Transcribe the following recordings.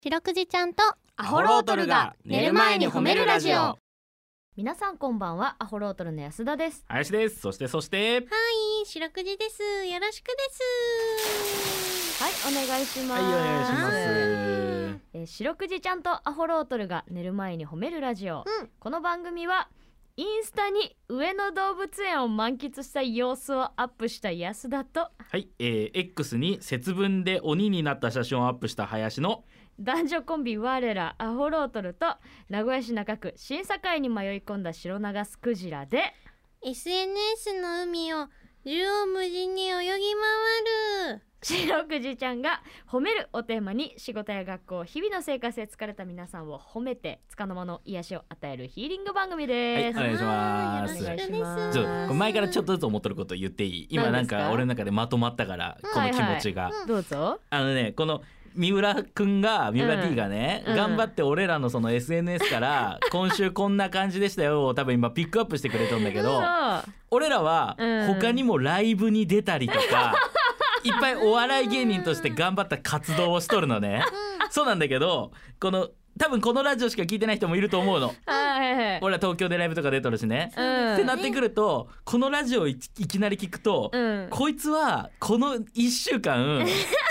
白くじちゃんとアホロートルが寝る前に褒めるラジオ。 皆さんこんばんは。アホロートルの安田です。 林です。そしてはい白くじです。よろしくです。 はい、お願いします。 はい、お願いします。 白くじちゃんとアホロートルが寝る前に褒めるラジオ、この番組はインスタに上野動物園を満喫した様子をアップした安田と、 はい、X に節分で鬼になった写真をアップした林の男女コンビ我らアホロートルと名古屋市中区審査会に迷い込んだ白長スクジラで SNS の海を縦横無尽に泳ぎ回る白くじちゃんが褒めるをテーマに仕事や学校日々の生活で疲れた皆さんを褒めて束の間の癒しを与えるヒーリング番組です。 はい、お願いします。 よろしくです。 前からちょっとずつ思ってること言っていい？今なんか俺の中でまとまったからこの気持ちが、 どうぞ。 この三浦D がね、頑張って俺らのその SNS から今週こんな感じでしたよを多分今ピックアップしてくれたんだけど、俺らは他にもライブに出たりとか、いっぱいお笑い芸人として頑張った活動をしとるのね、そうなんだけど、多分このラジオしか聞いてない人もいると思うの、俺ら東京でライブとか出とるしね、ってなってくるとこのラジオいきなり聞くと、こいつはこの1週間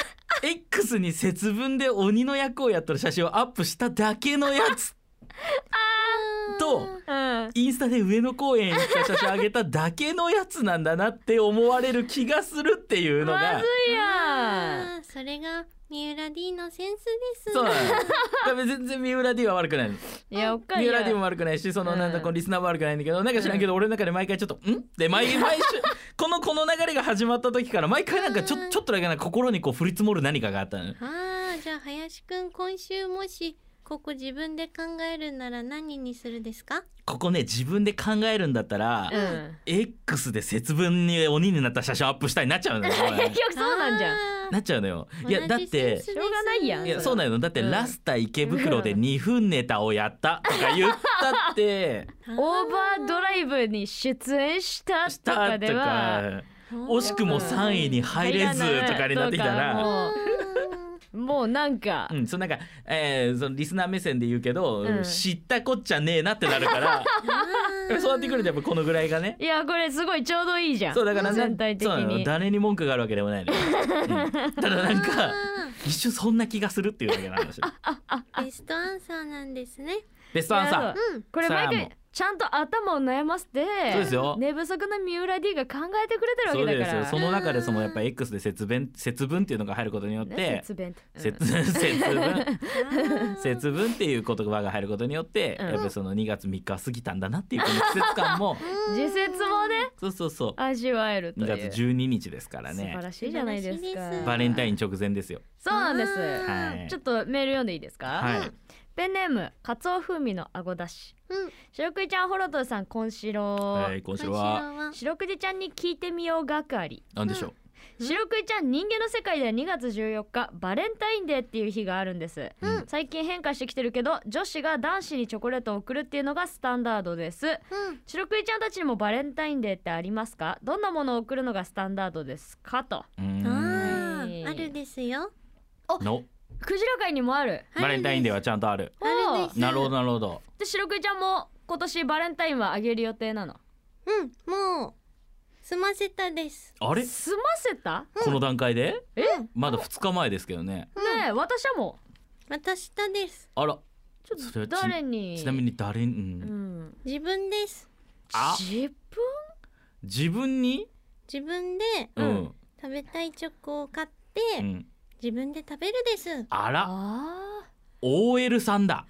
X に節分で鬼の役をやってる写真をアップしただけのやつと、インスタで上野公園行った写真あげただけのやつなんだなって思われる気がするっていうのがまずいやん。 それが三浦 D のセンスです。 そうなの。多分全然三浦 D は悪くないの。 いや、おっかりや。 三浦 D も悪くないし、なんかこのリスナーも悪くないんだけど、なんか知らんけど俺の中で毎回ちょっとで毎週この流れが始まった時から毎回なんかちょっとだけなんか心にこう降り積もる何かがあったの。 じゃあ林くん今週もしここ自分で考えるなら何にするですか？ ここね、自分で考えるんだったら、X で節分に鬼になった写真をアップしたいになっちゃうのよ。 結局そうなんじゃん。 なっちゃうのよ。いやだってしょうがないやん。 いやそうなの。だって、ラスタ池袋で2分ネタをやったとか言ったってオーバードライブに出演したとかでは惜しくも3位に入れずとかになってきたら、 もうなんか、 そのリスナー目線で言うけど、知ったこっちゃねえなってなるからそうなってくるとやっぱこのぐらいがね、 いやこれすごいちょうどいいじゃん。 そうだから全体的に誰に文句があるわけでもないのよ、ただなんか一瞬そんな気がするっていうだけの話。 ベストアンサーなんですね。 ベストアンサー、 これ毎回ちゃんと頭を悩ませて、 そうですよ、 寝不足の三浦 D が考えてくれてるわけだから。そうですよ。 その中でやっぱ X で節分っていうのが入ることによって、節分っていう言葉が入ることによって、やっぱりその2月3日過ぎたんだなっていうこの季節感も時節もね、 そう味わえるという。 2月12日ですからね。 素晴らしいじゃないですか。 バレンタイン直前ですよ。 そうなんです、ちょっとメール読んでいいですか？ペンネームかつお風味のあごだし、白くじちゃんホロトルさんこんしろ。 今週は白くじちゃんに聞いてみよう学あり。 なんでしょう。 白くじちゃん、人間の世界では2月14日バレンタインデーっていう日があるんです、最近変化してきてるけど女子が男子にチョコレートを送るっていうのがスタンダードです、白くじちゃんたちにもバレンタインデーってありますか？どんなものを送るのがスタンダードですかと。 あるですよ。 クジラ界にもある。 バレンタインデーはちゃんとある。なるほど。 で白くじちゃんも今年バレンタインはあげる予定なの？ もう済ませたです。 あれ？ 済ませた？ この段階で？まだ2日前ですけどね。 ねえ、私はもう渡したです。 あら、 ちょっと誰に？ ちなみに誰に？ 自分です。 自分に？ 自分で食べたいチョコを買って自分で食べるです。 あら、OL さんだ。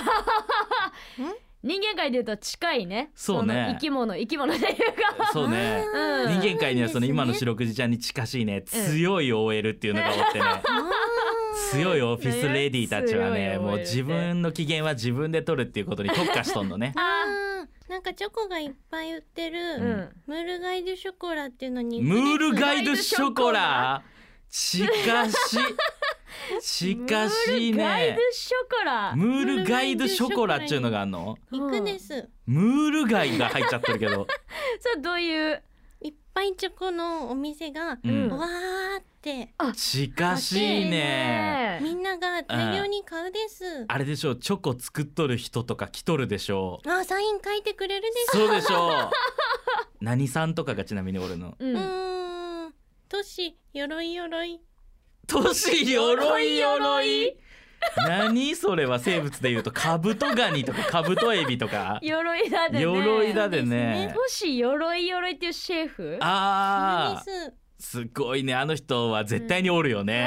人間界でいうと近いね。 そうね。 生き物でいうか。 そうね。人間界にはその今の白くじちゃんに近しいね、強い OL っていうのがおってね。強いオフィスレディたちはね、もう自分の機嫌は自分で取るっていうことに特化しとんのね。 なんかチョコがいっぱい売ってるムールガイドショコラっていうのに。 ムールガイドショコラ？しかしね、 ムールガイドショコラ。 ムールガイドショコラっていうのがあんの？ 行くです。 ムールガイが入っちゃってるけどそれどういう？ いっぱいチョコのお店が、 うんわーって近しいね。 みんなが大量に買うです。 あれでしょう、チョコ作っとる人とか来とるでしょう。 サイン書いてくれるです。 そうでしょう。何さんとかがちなみに俺の都市よろいよろい。 都市よろいよろい。何それは生物でいうとカブトガニとかカブトエビとか鎧だでね。 鎧だでね。 都市鎧鎧っていうシェフ。 あーすごいね、あの人は絶対におるよね。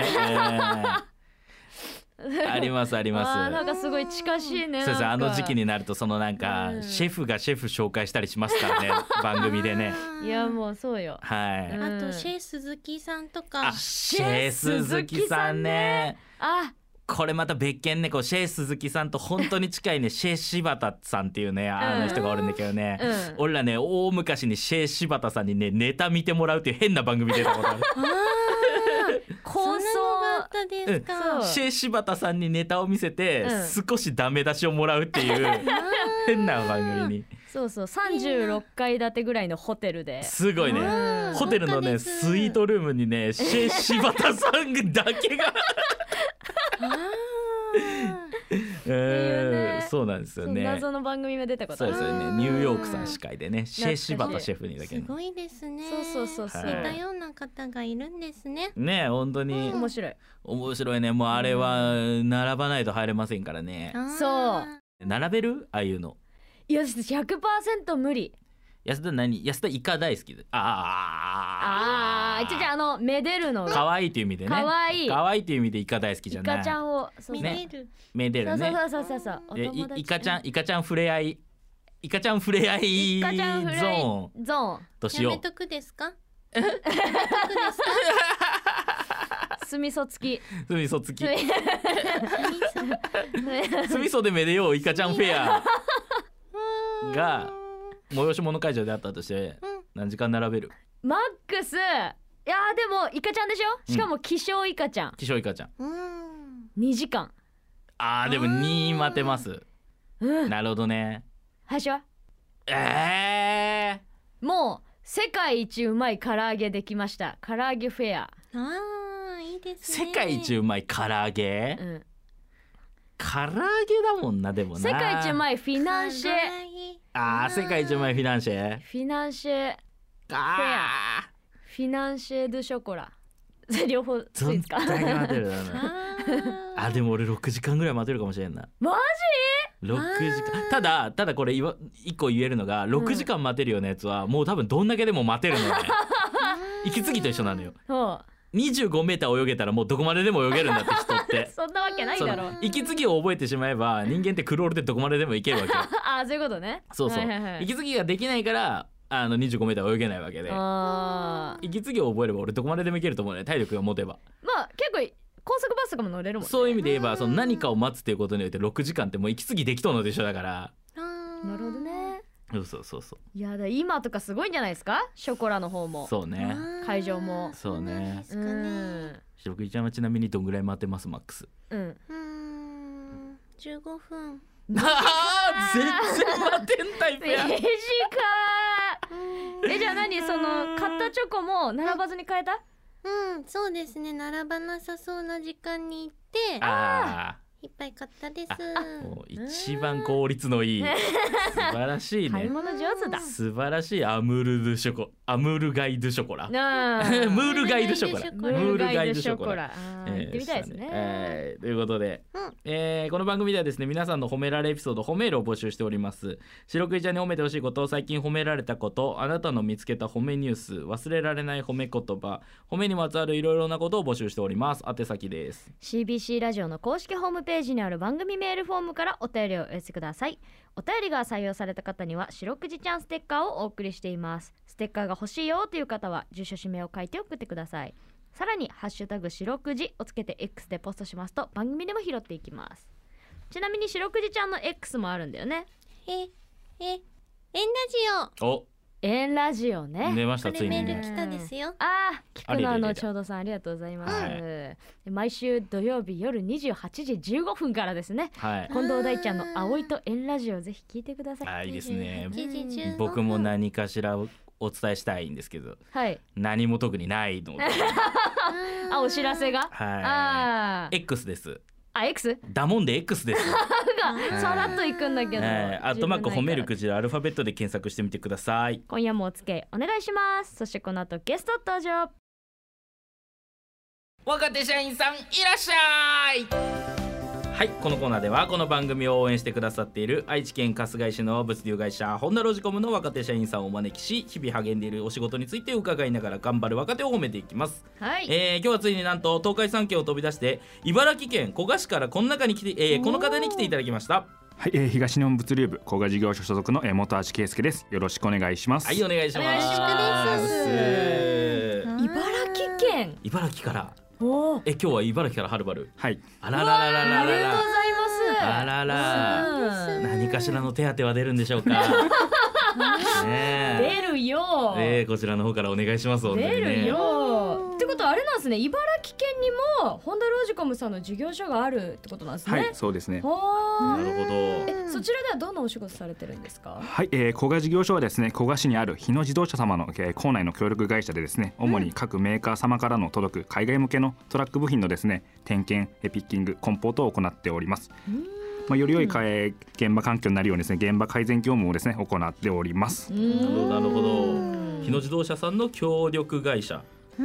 ありますあります。 なんかすごい近しいね。 そうです。あの時期になるとそのなんかシェフがシェフ紹介したりしますからね番組でね。 いやもうそうよ。 はい。 あとシェ鈴木さんとか。 シェ鈴木さんね。これまた別件ね、こうシェ鈴木さんと本当に近いねシェ柴田さんっていうねあの人がおるんだけどね、俺らね大昔にシェ柴田さんにねネタ見てもらうっていう変な番組出たことある。 構想があったですか。 シェ柴田さんにネタを見せて、少しダメ出しをもらうっていう変な番組に。 そうそう、36階建てぐらいのホテルで。 すごいね。ホテルのねスイートルームにねシェ柴田さんだけがそうなんですよね。 謎の番組が出たことある。 そうですよね。ニューヨークさん司会でねシェ柴田シェフにだけね。 すごいですね。 そう似たような方がいるんですね。 ね、本当に面白い。 面白いね。もうあれは並ばないと入れませんからね。 そう。 並べる？ああいうの。 いや 100% 無理。 安田イカ大好きで。じゃあめでるのが可愛いという意味でね。可愛いという意味でイカ大好きじゃない。 イカちゃんをめでるね。 そうイカちゃん触れ合いゾーンとしよう。 やめとくですか？ すみそ付きすみそでめでようイカちゃんフェアが催し物会場であったとして何時間並べる？ マックス。いやでもイカちゃんでしょ。しかも希少イカちゃん。 希少イカちゃん。 2時間。 でも2待てます。なるほどね。 林は？もう世界一うまい唐揚げできました。唐揚げフェア。 いいですね。 世界一うまい唐揚げ？唐揚げだもんな。でもな。 世界一うまいフィナンシェ。 世界一うまいフィナンシェ。 フィナンシェフェア。フィナンシェ・ドゥ・ショコラ。両方ついつか。 でも俺6時間ぐらい待てるかもしれんな。 マジ？6時間。ただこれ1個言えるのが6時間待てるようなやつはもう多分どんだけでも待てるのね。息継ぎと一緒なのよ。25メーター泳げたらもうどこまででも泳げるんだって人ってそんなわけないだろう。 息継ぎを覚えてしまえば人間ってクロールでどこまででも行けるわけよ。 そういうことね。 そう、息継ぎができないから25メーター泳げないわけで、息継ぎを覚えれば俺どこまででも行けると思うね。体力が持てば。 結構高速バスとかも乗れるもんね。 そういう意味で言えばその何かを待つっていうことによって6時間ってもう息継ぎできとんのと一緒だから。 なるほどね。 そういや今とかすごいんじゃないですか。ショコラの方も。 そうね。 会場も。 そうね。しろくじちゃんはちなみにどんぐらい待ってます？マックス。 15分。 全然待てんタイプや。 短い。じゃあ何その買ったチョコも並ばずに買えた？ そうですね。並ばなさそうな時間に行っていっぱい買ったです。 もう一番効率のいい素晴らしいね。 買い物上手だ。 素晴らしいアムールガイドショコラ。ムールガイドショコラ。ムールガイドショコラ。 行ってみたいですね。 ということで、この番組ではですね皆さんの褒められエピソード褒めールを募集しております。白クイちゃんに褒めてほしいこと、最近褒められたこと、あなたの見つけた褒めニュース、忘れられない褒め言葉、褒めにまつわるいろいろなことを募集しております。宛先です。 CBC ラジオの公式ホームページにある番組メールフォームからお便りをお寄せください。お便りが採用された方には白くじちゃんステッカーをお送りしています。ステッカーが欲しいよという方は住所氏名を書いて送ってください。さらにハッシュタグ白くじをつけて X でポストしますと番組でも拾っていきます。ちなみに白くじちゃんの X もあるんだよね。 エンラジオ。 エンラジオね。 出ました。ついにメール来たですよ。 聞くのちょうどさんありがとうございます。毎週土曜日夜28時15分からですね。近藤大ちゃんの葵とエンラジオぜひ聞いてください。 いいですね。僕も何かしらお伝えしたいんですけど、 はい、 何も特にないのであ、お知らせが、 はい、X です。 X？ だもんで X ですさらっといくんだけど、 アットマーク褒めるクジラアルファベットで検索してみてください。 今夜もお付き合いお願いします。そしてこの後ゲスト登場。 若手社員さんいらっしゃい。はい、このコーナーではこの番組を応援してくださっている愛知県春日井市の物流会社ホンダロジコムの若手社員さんをお招きし、日々励んでいるお仕事について伺いながら頑張る若手を褒めていきます。 はい、 今日はついになんと東海3県を飛び出して茨城県古河市からこの方に来ていただきました。 はい、東日本物流部古賀事業所所属の本橋圭介です。よろしくお願いします。 はい、お願いします。 茨城県、 茨城から今日は茨城からはるばる。 はい。 あらららららら、 ありがとうございます。 あらら、何かしらの手当は出るんでしょうか出るよ、 こちらの方からお願いします。本当にね、 出るよってことはあれなんですね、茨城県にもホンダロジコムさんの事業所があるってことなんですね。 はい、そうですね。 なるほど。 そちらではどんなお仕事されてるんですか？ はい、古賀事業所はですね、古賀市にある日野自動車様の、校内の協力会社でですね、主に各メーカー様からの届く海外向けのトラック部品のですね、点検、ピッキング、梱包等を行っております。より良い現場環境になるようにですね、現場改善業務をですね行っております。 なるほど。日野自動車さんの協力会社。はい。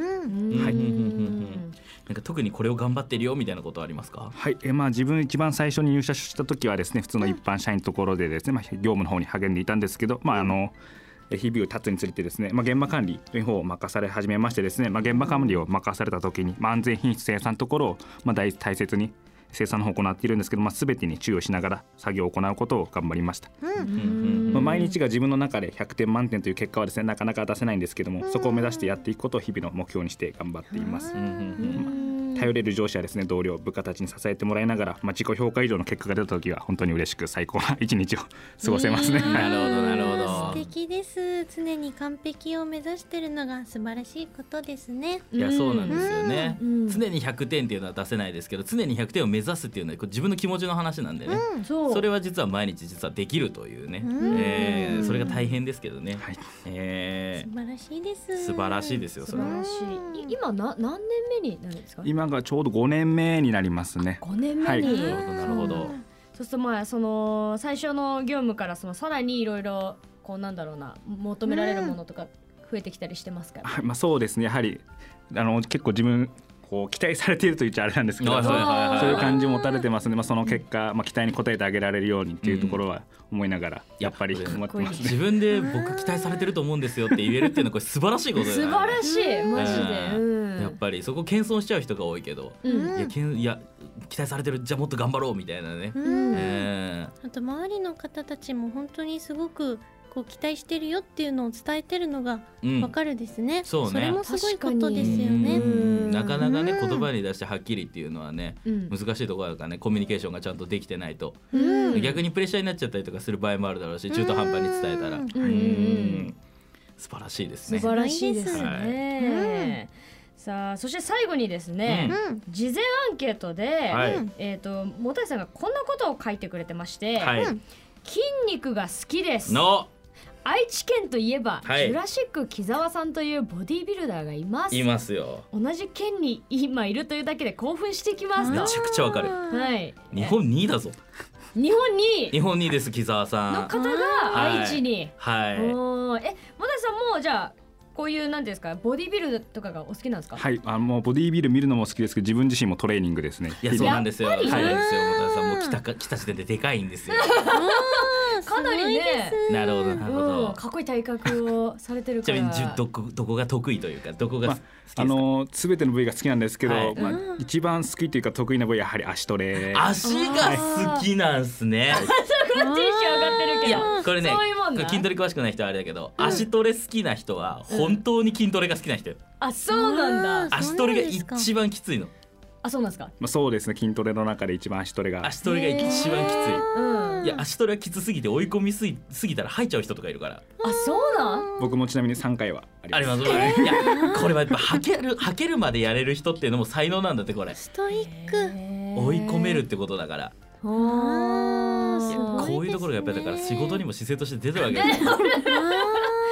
なんか特にこれを頑張ってるよみたいなことはありますか？ はい、自分一番最初に入社した時はですね、普通の一般社員のところでですね、業務の方に励んでいたんですけど、日々を経つにつれてですね、現場管理という方を任され始めましてですね、現場管理を任された時に、安全品質生産のところを大切に生産の方を行っているんですけど、全てに注意をしながら作業を行うことを頑張りました。毎日が自分の中で100点満点という結果はですね、なかなか出せないんですけども、そこを目指してやっていくことを日々の目標にして頑張っています。頼れる上司やですね、同僚、部下たちに支えてもらいながら、自己評価以上の結果が出た時は本当に嬉しく最高な一日を過ごせますね。 なるほどなるほど。 素敵です。常に完璧を目指してるのが素晴らしいことですね。 いや、そうなんですよね。常に100点っていうのは出せないですけど、常に100点を目指すっていうのは自分の気持ちの話なんでね、それは実は毎日実はできるというね、それが大変ですけどね、 素晴らしいです。 素晴らしいですよ。それは今何年目になるんですか？ 今がちょうど5年目になりますね。 5年目に、 はい、なるほど。 そうするとその最初の業務からさらにいろいろなんだろうな、求められるものとか増えてきたりしてますか？ そうですね、やはり結構自分期待されていると言っちゃあれなんですけど、そういう感じを持たれてますので、その結果、期待に応えてあげられるようにっていうところは思いながらやっぱり思ってますね。 自分で僕期待されてると思うんですよって言えるっていうのはこれ素晴らしいことだよね。 素晴らしい、マジで。 やっぱりそこ謙遜しちゃう人が多いけど、いや期待されてる、じゃあもっと頑張ろうみたいなね。 あと周りの方たちも本当にすごく期待してるよっていうのを伝えてるのが分かるですね。 そうね。 それもすごいことですよね。 なかなかね、言葉に出してはっきりっていうのはね、難しいところだからね、コミュニケーションがちゃんとできてないと、逆にプレッシャーになっちゃったりとかする場合もあるだろうし、中途半端に伝えたら、素晴らしいですね。 素晴らしいですね。さあ、そして最後にですね、事前アンケートで、本橋さんがこんなことを書いてくれてまして、筋肉が好きですの愛知県といえば、ジュラシック木澤さんというボディービルダーがいます。 いますよ。 同じ県に今いるというだけで興奮してきますと。 めちゃくちゃわかる。日本2位だぞ。 日本2位です。木澤さんの方が愛知に。本橋さんもじゃあこういうなんですか、ボディビルとかがお好きなんですか？ はい、もうボディビル見るのも好きですけど、自分自身もトレーニングですね。 いや、そうなんですよ。そうなんですよ。本橋さんも来た時点ででかいんですよ。 かなりね。 なるほどなるほど。 かっこいい体格をされてるから。 ちなみにどこが得意というか、どこが好きですか？ すべての部位が好きなんですけど、一番好きというか得意な部位はやはり足トレ。 足が好きなんすね。 テンション上がってるけど。 いや、これね、筋トレ詳しくない人はあれだけど、足トレ好きな人は本当に筋トレが好きな人よ。 あ、そうなんだ。 足トレが一番きついの。 あ、そうなんですか？ そうですね、筋トレの中で一番足トレが一番きつい。いや、足トレはきつすぎて追い込みすぎたら吐いちゃう人とかいるから。 あ、そうなん？ 僕もちなみに3回はあります。 いや、これはやっぱ吐けるまでやれる人っていうのも才能なんだって。これストイック、 追い込めるってことだから。こういうところがやっぱりだから仕事にも姿勢として出てるわけですよ。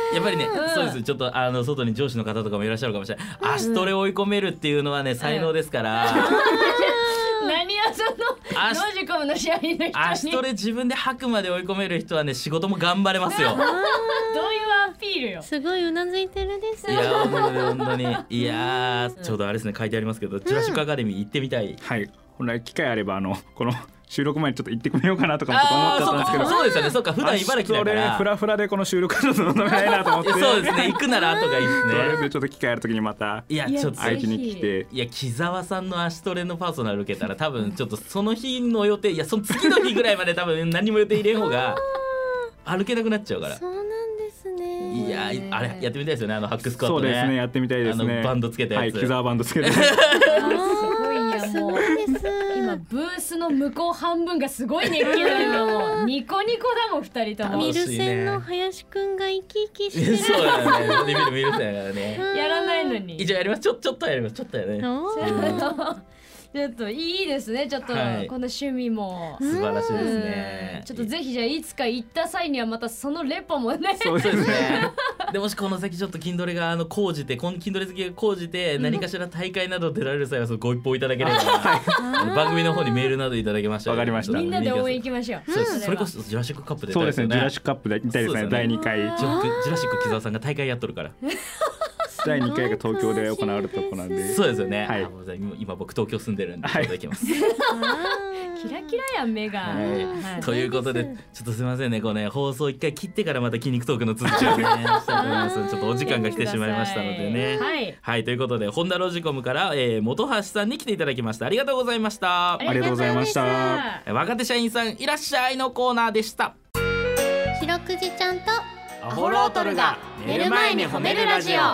やっぱりね、そうです。ちょっと外に上司の方とかもいらっしゃるかもしれない。足トレ追い込めるっていうのはね才能ですから。 何やそのロジコムの試合の人に足トレ自分で吐くまで追い込める人はね仕事も頑張れますよ。 どういうアピールよ。 すごいうなずいてるです。 いや本当にいやちょうどあれですね書いてありますけど、ジュラシックアカデミー行ってみたい。 はい、本来機会あればこの収録前にちょっと行ってみようかなとかもちょっと思っちゃったんですけど、 そうですよね。そうか、普段茨城だからフラフラでこの収録ちょっと飲めないなと思ってそうですね、行くなら後がいいですね。 それでちょっと機会ある時にまたいやちょっと愛知に来て、 いや木澤さんの足トレのパーソナル受けたら多分ちょっとその日の予定、いやその次の日ぐらいまで多分何も予定入れん方が歩けなくなっちゃうから。 そうなんですね。 いやあれやってみたいですよね、ハックスクワットね。 そうですね、やってみたいですね。 バンドつけたやつ、 はい、木澤バンドつけてすごいやもう今ブースの向こう半分がすごい熱気だよ。もうニコニコだもん2人とも。 ミルセンの林くんが生き生きしてる。 そうだよね、ミルセンだからね。 やらないのに一応やります。ちょっとやります。ちょっとやね。 ちょっといいですね。ちょっとこの趣味も素晴らしいですね。 ちょっとぜひじゃあいつか行った際にはまたそのレポもね。 そうですね。でもしこの先ちょっと筋トレが講じて、筋トレ好きが講じて何かしら大会など出られる際はそのご一報いただければ、番組の方にメールなどいただけましたら、 わかりました。 みんなで応援行きましょう。 それこそジュラシックカップで。 そうですね、ジュラシックカップで見たいですね。第2回ジュラシック木澤さんが大会やっとるから。 第2回が東京で行われたとこなんで。 そうですよね。 はい、 今僕東京住んでるんでいただきます。 キラキラやん目が。 ということでちょっとすみませんね、こうね放送1回切ってからまた筋肉トークの続きをねしたいと思います。ちょっとお時間が来てしまいましたのでね。はいということでホンダロジコムから本橋さんに来ていただきました。ありがとうございました。 ありがとうございました。 若手社員さんいらっしゃいのコーナーでした。 白くじちゃんとアホロートルが寝る前に褒めるラジオ。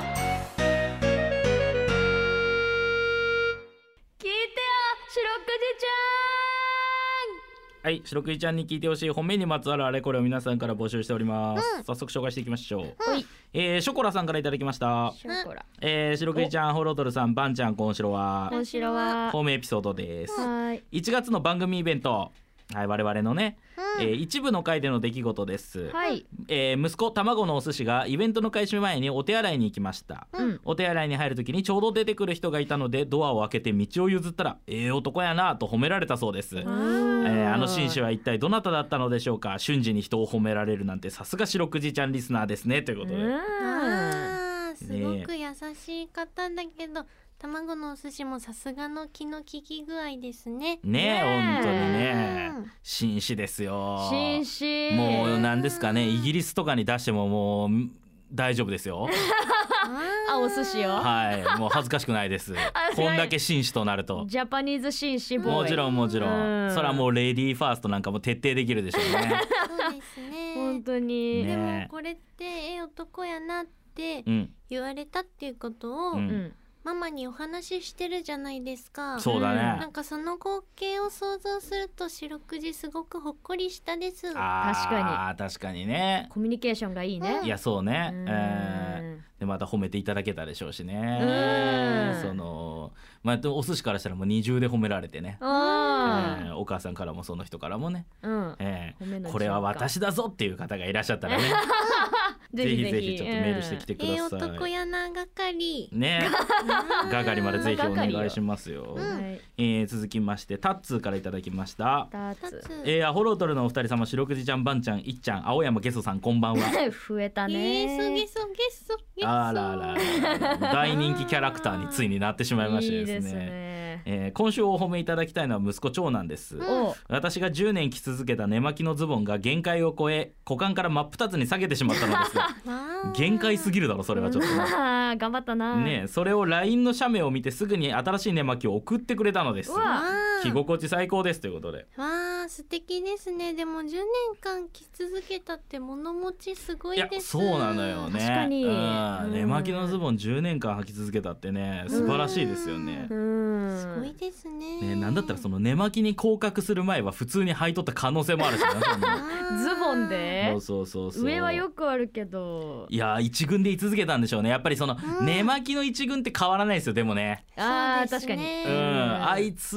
はい、白くじちゃんに聞いてほしい褒めにまつわるあれこれを皆さんから募集しております。早速紹介していきましょう。ショコラさんからいただきました。白くじちゃん、ホロトルさん、バンちゃん、こんしろは褒めエピソードです。1月の番組イベント、我々のね、一部の回での出来事です。息子卵のお寿司がイベントの開始前にお手洗いに行きました。お手洗いに入る時にちょうど出てくる人がいたのでドアを開けて道を譲ったら男やなと褒められたそうです。あの紳士は一体どなただったのでしょうか。瞬時に人を褒められるなんてさすが白くじちゃんリスナーですね、ということで。 すごく優しい方だけど、卵のお寿司もさすがの気の利き具合ですね。 ねえ、本当にね、紳士ですよ。 紳士。 もうなんですかね、イギリスとかに出してももう大丈夫ですよ。 お寿司を。 もう恥ずかしくないです。こんだけ紳士となると。 ジャパニーズ紳士ボーイ。 もちろん。それはもうレディーファーストなんかも徹底できるでしょうね。 そうですね。 本当に。 でもこれって男やなって言われたっていうことを。ママにお話ししてるじゃないですか。 そうだね。 なんかその光景を想像すると白くじすごくほっこりしたです。 確かにね。 コミュニケーションがいいね。 いやそうね。でまた褒めていただけたでしょうしね。お寿司からしたらもう二重で褒められてね。お母さんからもその人からもね。これは私だぞっていう方がいらっしゃったらね。ぜひぜひちょっとメールしてきてください。 男やな係ね。係までぜひお願いしますよ。続きましてタッツーからいただきました。アホロートルのお二人様、白くじちゃん、バンちゃん、いっちゃん、青山ゲソさん、こんばんは。 増えたね。 ゲソあら大人気キャラクターについになってしまいましてですね。今週お褒めいただきたいのは息子長男です。私が10年着続けた寝巻きのズボンが限界を超え股間から真っ二つに下げてしまったのですが限界すぎるだろそれはちょっと頑張ったなね。それを LINE の写メを見てすぐに新しい寝巻きを送ってくれたのです。着心地最高ですということで。 素敵ですね。でも10年間着続けたって物持ちすごいです。 いやそうなのよね。 確かに寝巻きのズボン10年間履き続けたってね素晴らしいですよね。 すごいですね。 なんだったらその寝巻きに降格する前は普通に履いとった可能性もあるしね。 ズボンでそう上はよくあるけど、 いや一軍で居続けたんでしょうね。やっぱりその寝巻きの一軍って変わらないですよ。でもね確かにあいつは超え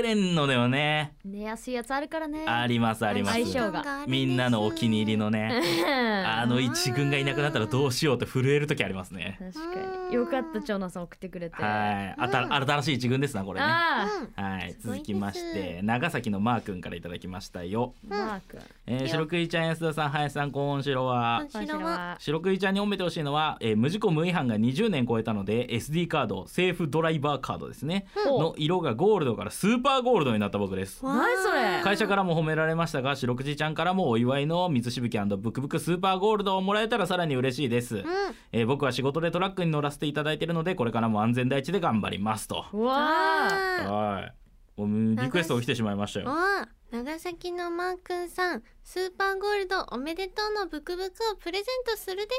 べれんのだよね。 寝やすいやつあるからね。 ありますあります。 相性がみんなのお気に入りのね一軍がいなくなったらどうしようって震える時ありますね。 確かによかった、長男さん送ってくれて。 はい、新しい一軍ですなこれね。 あはい、続きまして長崎のマー君からいただきましたよ。 マー君、 白クイちゃん、安田さん、林さん、こんしろは。白クイちゃんに褒めてほしいのは、無事故無違反が20年超えたので SD カード、セーフドライバーカードですね、の色がゴールドからスーパーゴールドになった僕です。 何それ。 会社からも褒められましたが、白くじちゃんからもお祝いの水しぶき&ブクブクスーパーゴールドをもらえたらさらに嬉しいです。僕は仕事でトラックに乗らせていただいているので、これからも安全第一で頑張りますと。 わー、はい、リクエストが来てしまいましたよ。 長崎のマー君さん、スーパーゴールドおめでとうのブクブクをプレゼントするです。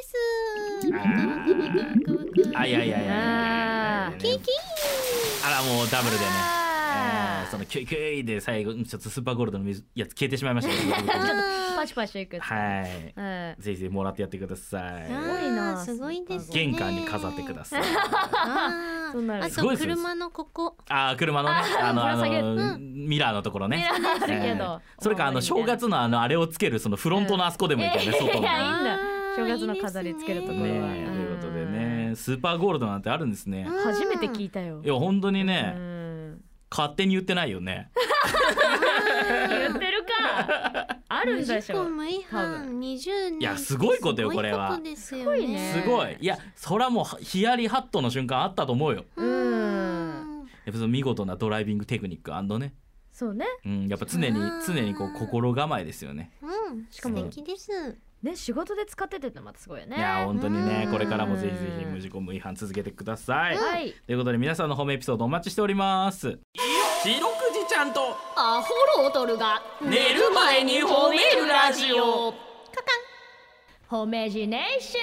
あいやいやいやキキー、 あらもうダブルでね、そのキュイキュイで最後ちょっとスーパーゴールドのやつ消えてしまいましたけどパチパチいくやつ。 はい、ぜひぜひもらってやってください。 すごいな、 すごいですね。 玄関に飾ってください。 あと車のここ、 車のねミラーのところね。それか正月のあれをつけるそのフロントのあそこでもいいからね、外の。 いやいいんだ、正月の飾りつけるところは。ということでね、スーパーゴールドなんてあるんですね。 初めて聞いたよ。 いや本当にね、勝手に言ってないよね。 言ってるか。あるんでしょ。 無違反20年。 いやすごいことよこれは。 すごいね。 すごい。いやそらもうヒヤリハットの瞬間あったと思うよ。やっぱその見事なドライビングテクニック&ね。 そうね。 やっぱ常にこう心構えですよね。 しかも素敵です。 ね、仕事で使っててってまたすごいよね。 いや本当にね、これからもぜひぜひ無事故無違反続けてください。 はい。 ということで皆さんの褒めエピソードお待ちしております。白くじちゃんとアホロートルが寝る前に褒めるラジオ。 カカン。褒めジネーシ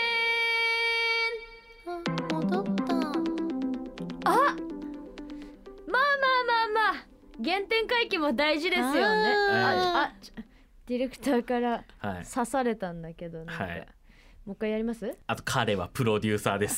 ョン。戻った。 まあ原点回帰も大事ですよね。ディレクターから刺されたんだけど、なんかもう一回やります？ あと彼はプロデューサーです。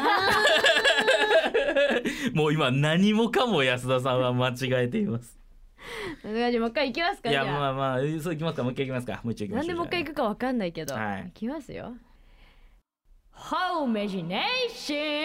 もう今何もかも安田さんは間違えています。 もう一回いきますか。 いやまあそういきますか。もう一回いきますか。もう一回いきましょう。 なんでもう一回いくかわかんないけど、いきますよ。褒めジネーション。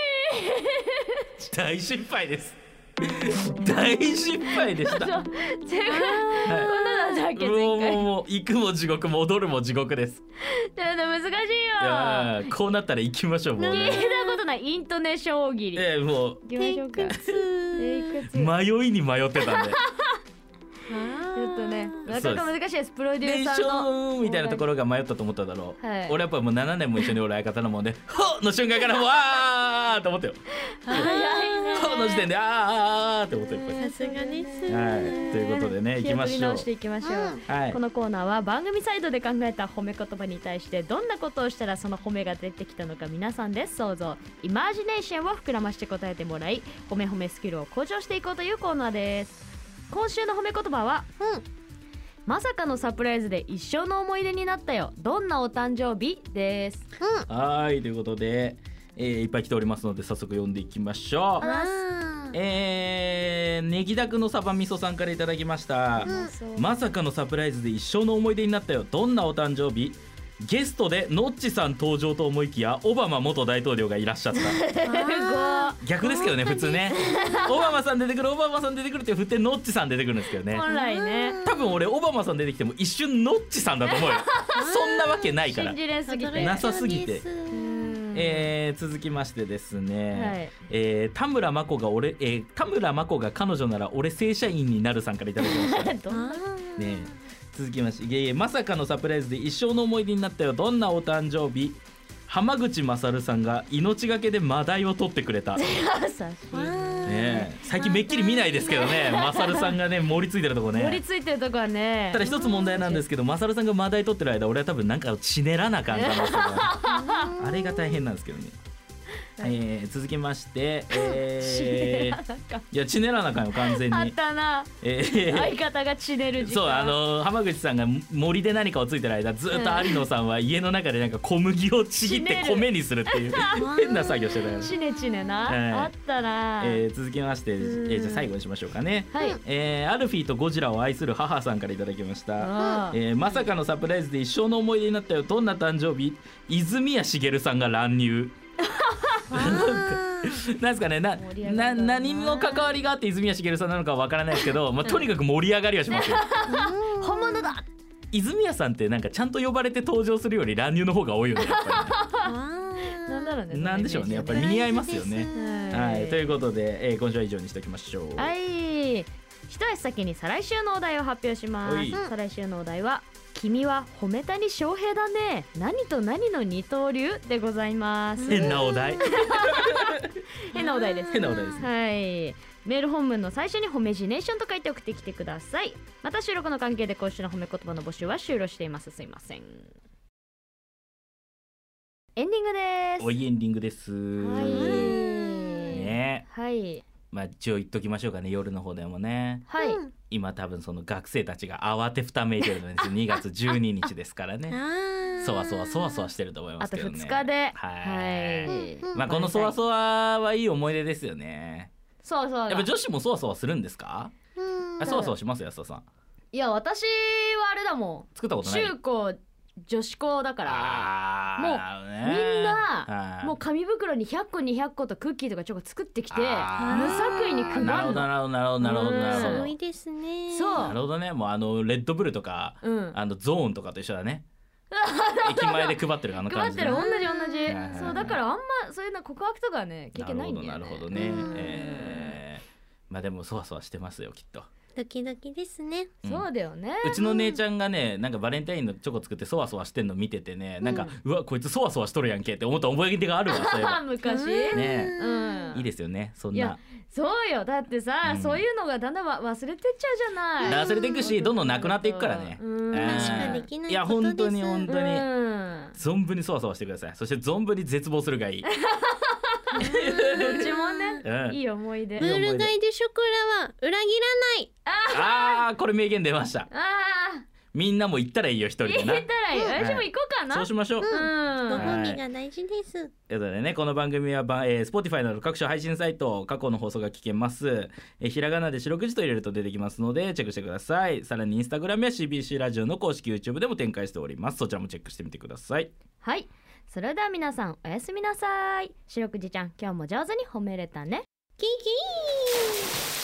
大失敗です。大失敗でした。こんなのだっけ。 もう行くも地獄戻るも地獄です。 難しいよ。 いやこうなったら行きましょう。もうね、 聞いたことないイントネーション大喜利。 もう行きましょうか。 迷いに迷ってたんで。 ちょっとね、なかなか難しいです。プロデューサーのみたいなところが迷ったと思っただろう。俺やっぱもう7年も一緒におる相方なもんで、ほっの瞬間からもうあーって思ったよ。 早いね。 ほっの時点であーって思ったよ。 さすがです。 はい、ということでね、行きましょう。 気を取り直していきましょう。このコーナーは番組サイドで考えた褒め言葉に対してどんなことをしたらその褒めが出てきたのか皆さんで想像、イマジネーションを膨らまして答えてもらい、褒めスキルを向上していこうというコーナーです。今週の褒め言葉は、まさかのサプライズで一生の思い出になったよ、どんなお誕生日です。 はいということで、いっぱい来ておりますので早速読んでいきましょう。ネギダクのサバ味噌さんからいただきました。まさかのサプライズで一生の思い出になったよ、どんなお誕生日。ゲストでノッチさん登場と思いきやオバマ元大統領がいらっしゃった。逆ですけどね、普通ね。オバマさん出てくるって振ってノッチさん出てくるんですけどね。 本来ね、 多分俺オバマさん出てきても一瞬ノッチさんだと思うよ。そんなわけないから。 信じれすぎてなさすぎて。続きましてですね、田村真子が彼女なら俺正社員になるさんからいただきましたね。続きまして、まさかのサプライズで一生の思い出になったよ、どんなお誕生日。浜口勝さんが命がけでマダイを取ってくれた。最近めっきり見ないですけどね、勝さんがね盛りついてるとこね。 盛りついてるとこはね。 ただ一つ問題なんですけど、勝さんがマダイ取ってる間俺は多分なんかちねらなあかんかなってあれが大変なんですけどね。 続きまして、いやチネらなあかんよ完全に。 あったな、相方がチネる時間。 そう浜口さんが森で何かをついてる間ずっと有野さんは家の中でなんか小麦をちぎって米にするっていう変な作業してたよ。 チネチネな、あったな。 続きまして、じゃあ最後にしましょうかね。 はい、 アルフィーとゴジラを愛する母さんからいただきました。まさかのサプライズで一生の思い出になったよ。どんな誕生日？泉谷しげるさんが乱入。なんですかね、何の関わりがあって泉谷しげるさんなのかはわからないですけど、とにかく盛り上がりはしますよ。 本物だ。 泉谷さんってなんかちゃんと呼ばれて登場するより乱入の方が多いよねやっぱり。なんだろうね。 なんでしょうね、やっぱり身に合いますよね。はい、ということで、今週は以上にしておきましょう。 はい。一足先に再来週のお題を発表します。再来週のお題は君は褒め谷翔平だね、何と何の二刀流でございます。 変なお題。 変なお題です。 変なお題ですね。 はい。メール本文の最初に褒めジネーションと書いて送ってきてください。また収録の関係で今週の褒め言葉の募集は終了しています。すいません。エンディングです。 おいエンディングです。 はい。 ね。 はい。 一応言っときましょうかね、夜の方でもね。 はい。 今多分その学生たちが慌てふためいてるのです。2月12日ですからね。そわそわしてると思いますけどね。 あと2日で。 はい。このそわそわはいい思い出ですよね。 そうそう。 やっぱ女子もそわそわするんですか？そわそわします安田さん。 いや私はあれだもん。 作ったことない。 中高女子校だからもうみんなもう紙袋に100個200個とクッキーとかチョコ作ってきて無作為に配るの。 なるほどすごいですね。 そうなるほどね。もうレッドブルとかゾーンとかと一緒だね。駅前で配ってる感じ。 配ってる同じ。そうだからあんまそういうの告白とかね経験ないんだよね。 なるほどね。でもそわそわしてますよきっと。 ドキドキですね。 そうだよね。 うちの姉ちゃんがねなんかバレンタインのチョコ作ってそわそわしてんの見ててね、なんかうわこいつそわそわしとるやんけって思った思い出があるわ。そういえば昔ね。いいですよねそんな。 そうよ。だってさそういうのがだんだん忘れてっちゃうじゃない。 忘れていくしどんどんなくなっていくからね。いや本当に存分にそわそわしてください。そして存分に絶望するがいい。 どっちもね、いい思い出。 ムール貝でショコラは裏切らない。これ名言出ました。みんなも行ったらいいよ一人でな。 行ったらいい。私も行こうかな。 そうしましょう。 ご褒美が大事です。 ということでねこの番組はSpotify など各種配信サイト過去の放送が聞けます。ひらがなで四六時と入れると出てきますのでチェックしてください。さらにインスタグラムや CBC ラジオの公式 YouTube でも展開しております。そちらもチェックしてみてください。 はい。それでは皆さんおやすみなさい。四六時ちゃん今日も上手に褒めれたね。 キキー。